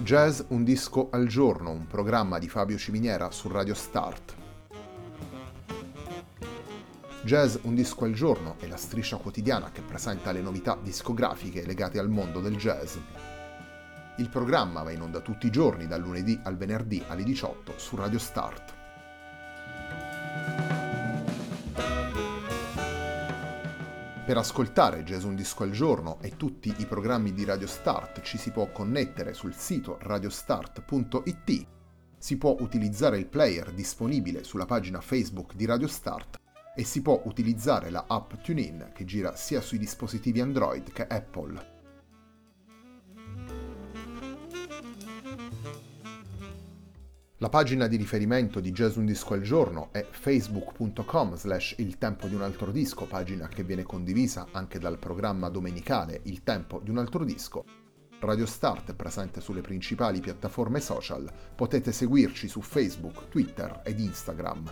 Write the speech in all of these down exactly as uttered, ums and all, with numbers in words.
Jazz un disco al giorno, un programma di Fabio Ciminiera su Radio Start. Jazz un disco al giorno è la striscia quotidiana che presenta le novità discografiche legate al mondo del jazz. Il programma va in onda tutti i giorni dal lunedì al venerdì alle diciotto su Radio Start. Per ascoltare Jazz un disco al giorno e tutti i programmi di Radio Start ci si può connettere sul sito radiostart punto it, si può utilizzare il player disponibile sulla pagina Facebook di Radio Start e si può utilizzare la app TuneIn che gira sia sui dispositivi Android che Apple. La pagina di riferimento di Jazz un disco al giorno è facebook punto com slash il tempo di un altro disco, pagina che viene condivisa anche dal programma domenicale Il tempo di un altro disco. Radio Start è presente sulle principali piattaforme social, potete seguirci su Facebook, Twitter ed Instagram.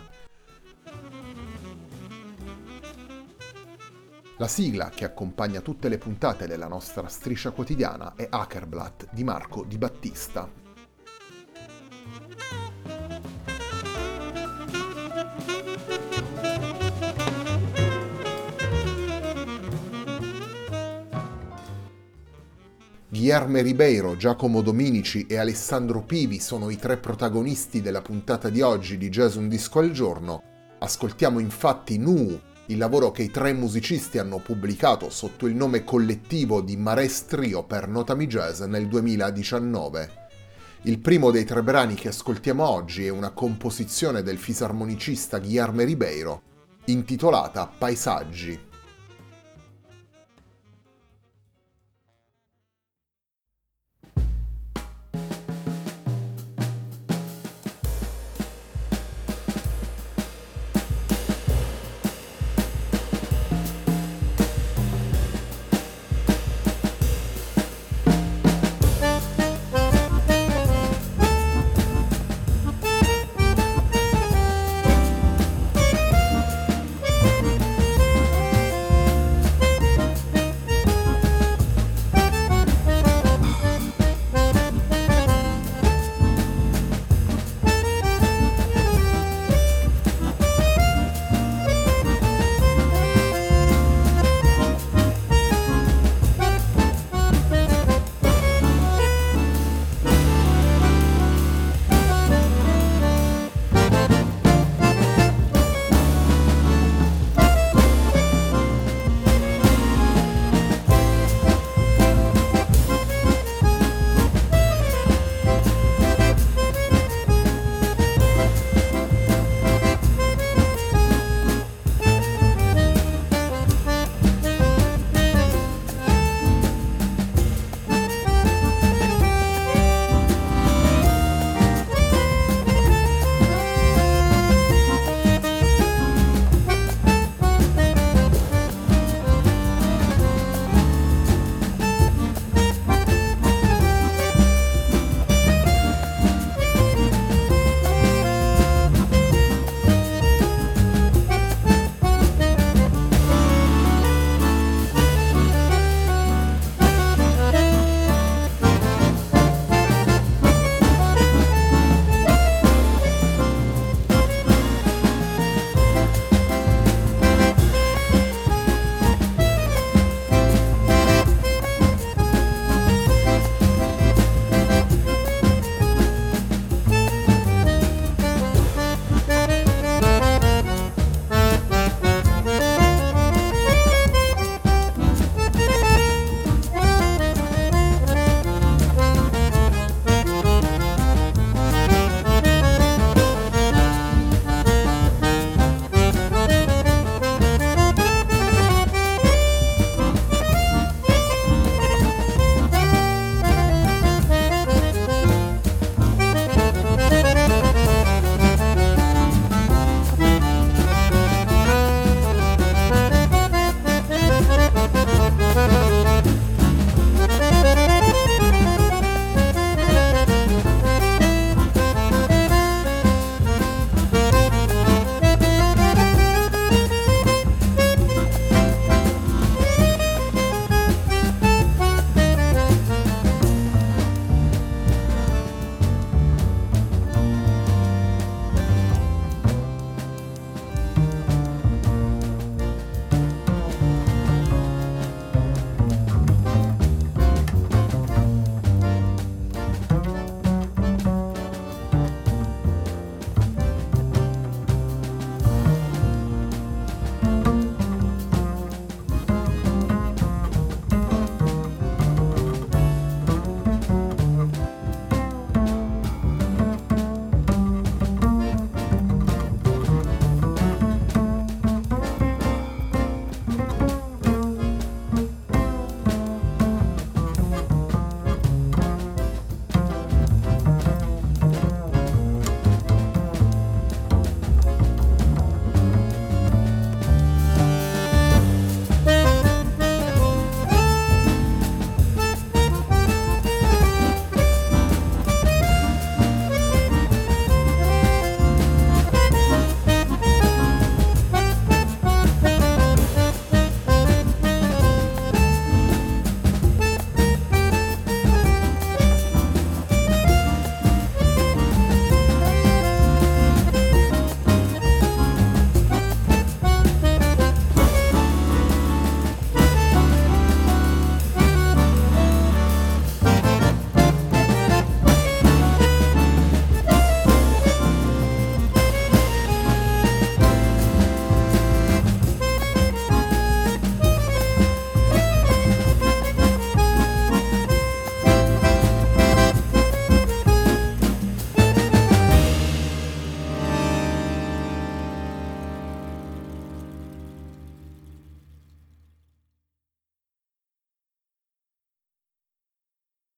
La sigla che accompagna tutte le puntate della nostra striscia quotidiana è Hackerblatt di Marco Di Battista. Guilherme Ribeiro, Giacomo Dominici e Alessandro Pivi sono i tre protagonisti della puntata di oggi di Jazz un disco al giorno. Ascoltiamo infatti Nu, il lavoro che i tre musicisti hanno pubblicato sotto il nome collettivo di Mares Trio per Notami Jazz nel duemiladiciannove. Il primo dei tre brani che ascoltiamo oggi è una composizione del fisarmonicista Guilherme Ribeiro, intitolata Paesaggi.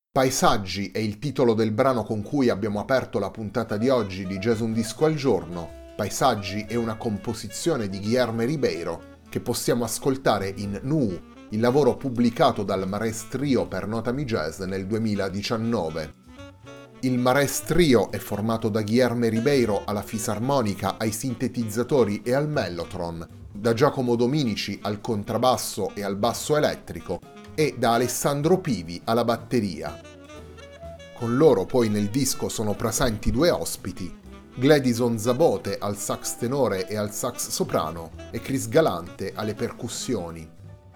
Paesaggi è il titolo del brano con cui abbiamo aperto la puntata di oggi di Jazz Un Disco al Giorno. Paesaggi è una composizione di Guilherme Ribeiro che possiamo ascoltare in Nu, il lavoro pubblicato dal Marès Trio per Notami Jazz nel duemiladiciannove. Il Marès Trio è formato da Guilherme Ribeiro alla fisarmonica, ai sintetizzatori e al mellotron, da Giacomo Dominici al contrabbasso e al basso elettrico e da Alessandro Pivi alla batteria. Con loro poi nel disco sono presenti due ospiti, Gladison Zabote al sax tenore e al sax soprano e Chris Galante alle percussioni.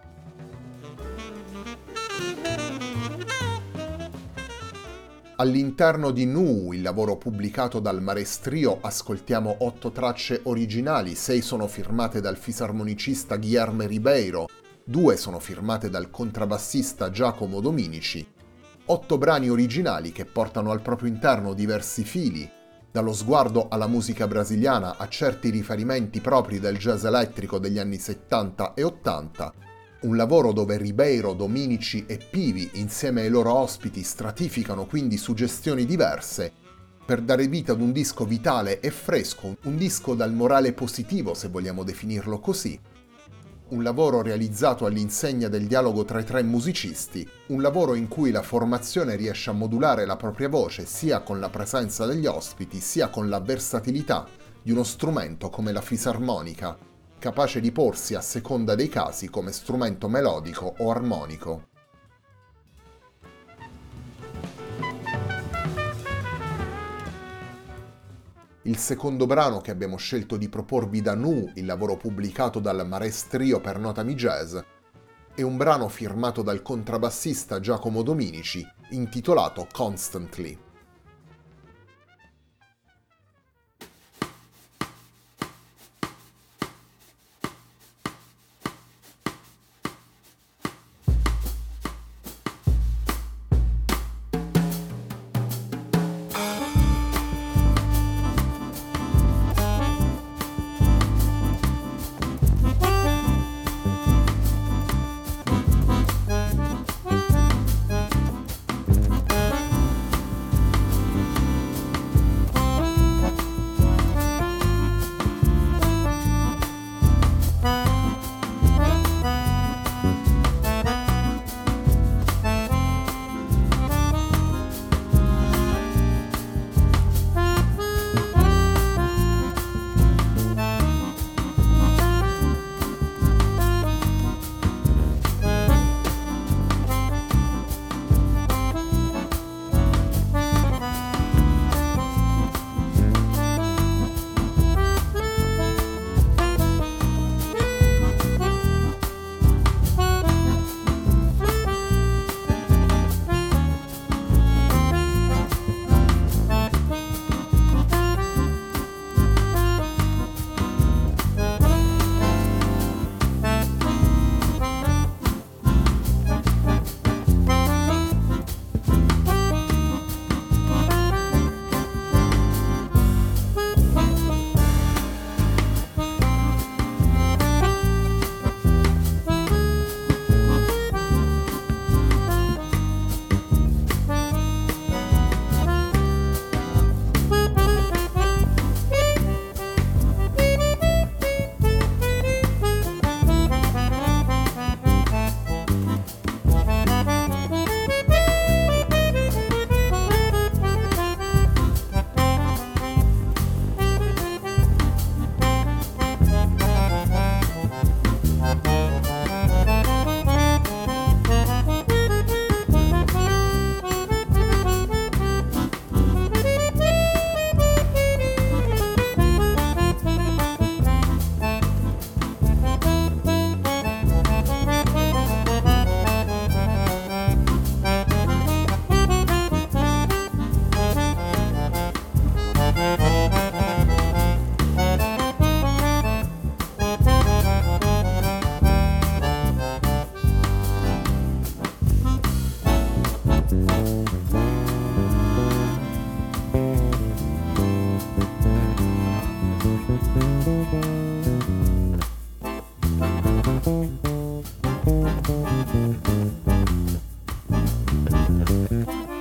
All'interno di Nu, il lavoro pubblicato dal Marès Trio, ascoltiamo otto tracce originali, sei sono firmate dal fisarmonicista Guilherme Ribeiro, due sono firmate dal contrabbassista Giacomo Dominici, otto brani originali che portano al proprio interno diversi fili, dallo sguardo alla musica brasiliana a certi riferimenti propri del jazz elettrico degli anni settanta e ottanta, un lavoro dove Ribeiro, Dominici e Pivi insieme ai loro ospiti stratificano quindi suggestioni diverse per dare vita ad un disco vitale e fresco, un disco dal morale positivo se vogliamo definirlo così, un lavoro realizzato all'insegna del dialogo tra i tre musicisti, un lavoro in cui la formazione riesce a modulare la propria voce sia con la presenza degli ospiti sia con la versatilità di uno strumento come la fisarmonica, capace di porsi a seconda dei casi come strumento melodico o armonico. Il secondo brano che abbiamo scelto di proporvi da Nu, il lavoro pubblicato dal Marès Trio per Notami Jazz, è un brano firmato dal contrabbassista Giacomo Dominici, intitolato Constantly. Thank you.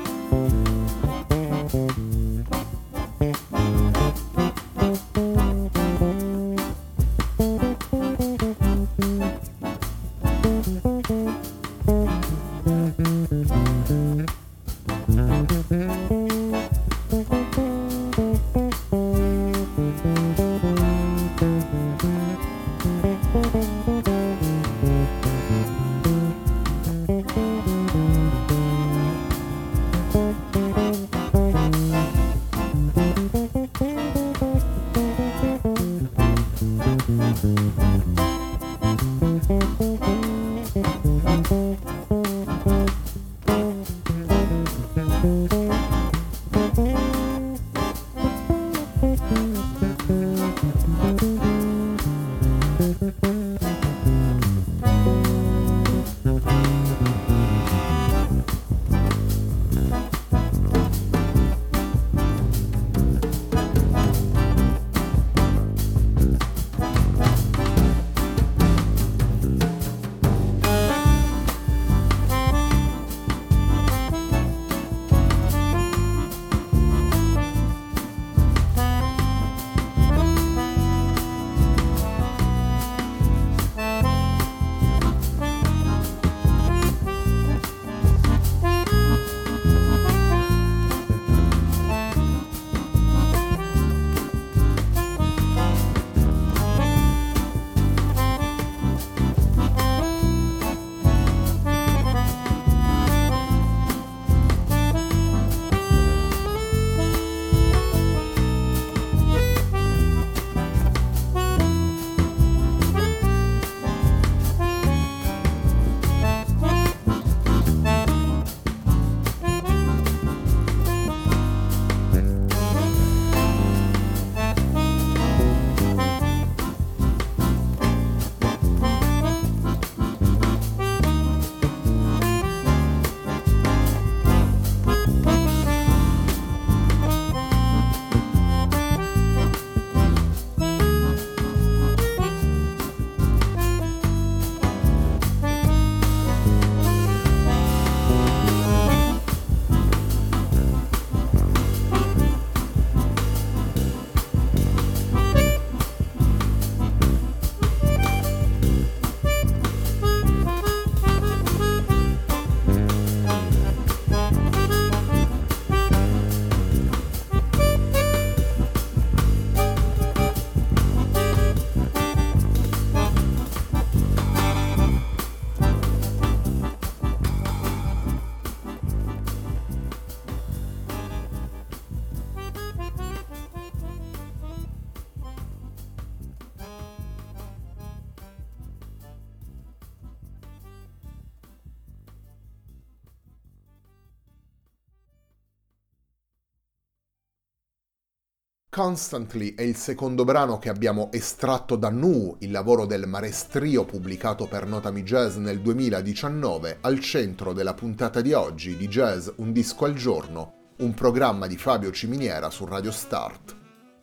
Constantly è il secondo brano che abbiamo estratto da Nu, il lavoro del Marestrio pubblicato per Notami Jazz nel duemiladiciannove, al centro della puntata di oggi di Jazz Un Disco al Giorno, un programma di Fabio Ciminiera su Radio Start.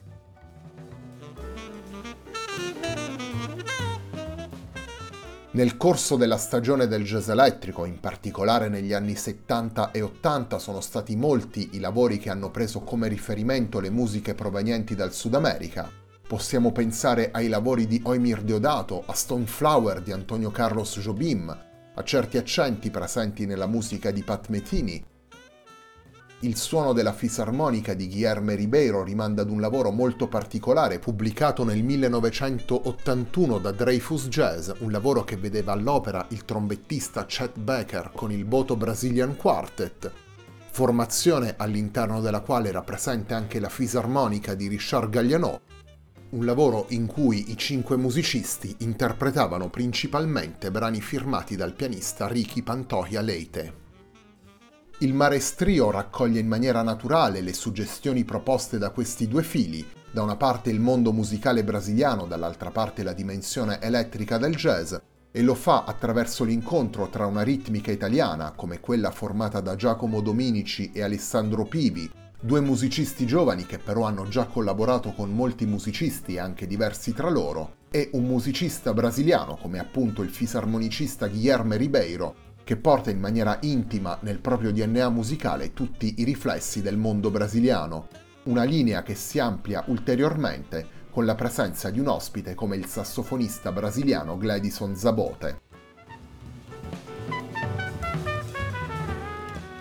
Nel corso della stagione del jazz elettrico, in particolare negli anni settanta e ottanta, sono stati molti i lavori che hanno preso come riferimento le musiche provenienti dal Sud America. Possiamo pensare ai lavori di Eumir Deodato, a Stoneflower di Antonio Carlos Jobim, a certi accenti presenti nella musica di Pat Metheny. Il suono della fisarmonica di Guilherme Ribeiro rimanda ad un lavoro molto particolare pubblicato nel millenovecentottantuno da Dreyfus Jazz, un lavoro che vedeva all'opera il trombettista Chet Baker con il Boto Brazilian Quartet, formazione all'interno della quale era presente anche la fisarmonica di Richard Galliano, un lavoro in cui i cinque musicisti interpretavano principalmente brani firmati dal pianista Ricky Pantoja Leite. Il Marestrio raccoglie in maniera naturale le suggestioni proposte da questi due fili, da una parte il mondo musicale brasiliano, dall'altra parte la dimensione elettrica del jazz, e lo fa attraverso l'incontro tra una ritmica italiana, come quella formata da Giacomo Dominici e Alessandro Pivi, due musicisti giovani che però hanno già collaborato con molti musicisti anche diversi tra loro, e un musicista brasiliano come appunto il fisarmonicista Guilherme Ribeiro, che porta in maniera intima nel proprio D N A musicale tutti i riflessi del mondo brasiliano, una linea che si amplia ulteriormente con la presenza di un ospite come il sassofonista brasiliano Gladison Zabote.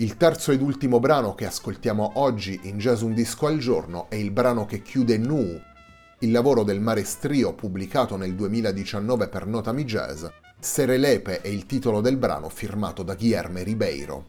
Il terzo ed ultimo brano che ascoltiamo oggi in Jazz Un Disco al Giorno è il brano che chiude Nu, il lavoro del Marestrio pubblicato nel duemiladiciannove per Notami Jazz. Serelepe è il titolo del brano firmato da Guilherme Ribeiro.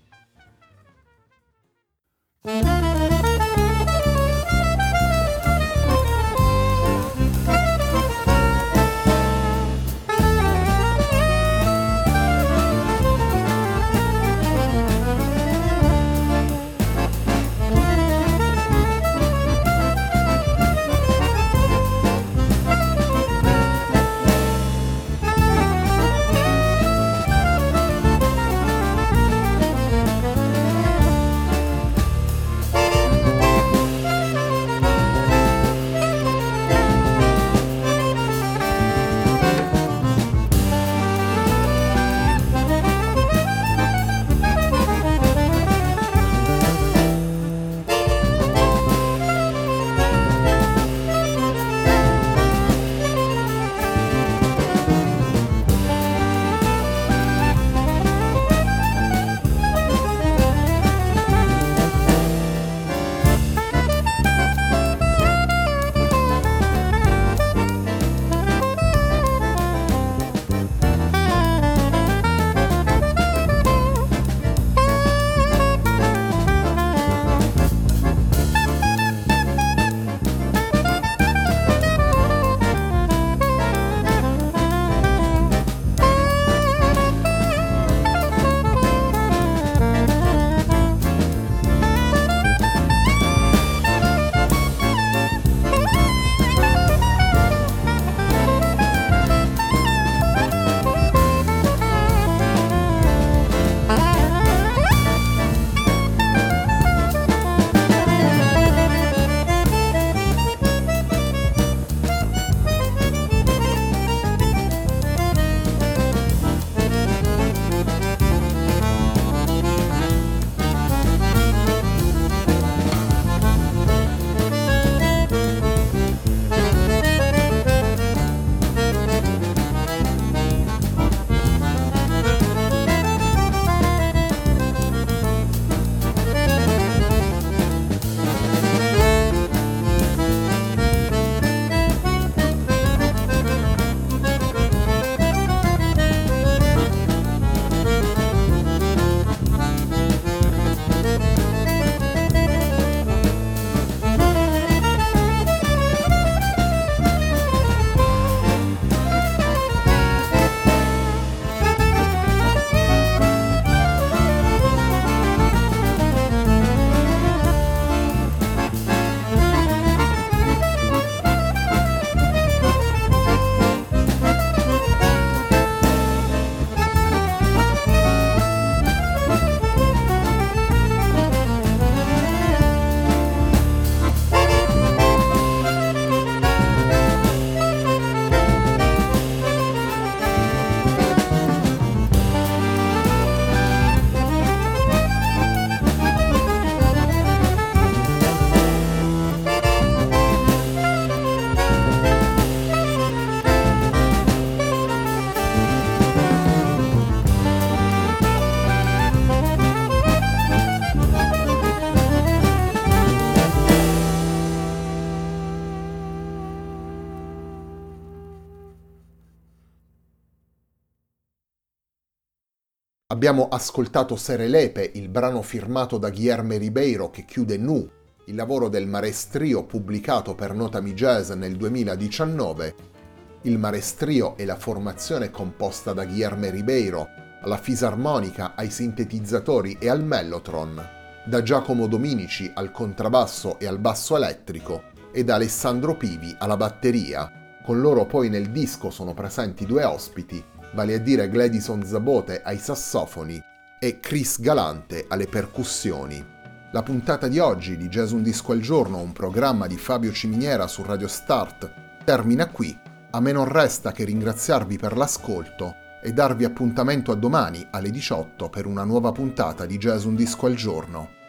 Abbiamo ascoltato Serelepe, il brano firmato da Guilherme Ribeiro che chiude Nu, il lavoro del Marestrio pubblicato per Notami Jazz nel duemiladiciannove. Il Marestrio è la formazione composta da Guilherme Ribeiro alla fisarmonica, ai sintetizzatori e al mellotron, da Giacomo Dominici al contrabbasso e al basso elettrico e da Alessandro Pivi alla batteria. Con loro poi nel disco sono presenti due ospiti, vale a dire Gladison Zabote ai sassofoni e Chris Galante alle percussioni. La puntata di oggi di Jazz Un Disco al Giorno, un programma di Fabio Ciminiera su Radio Start, termina qui. A me non resta che ringraziarvi per l'ascolto e darvi appuntamento a domani alle diciotto per una nuova puntata di Jazz Un Disco al Giorno.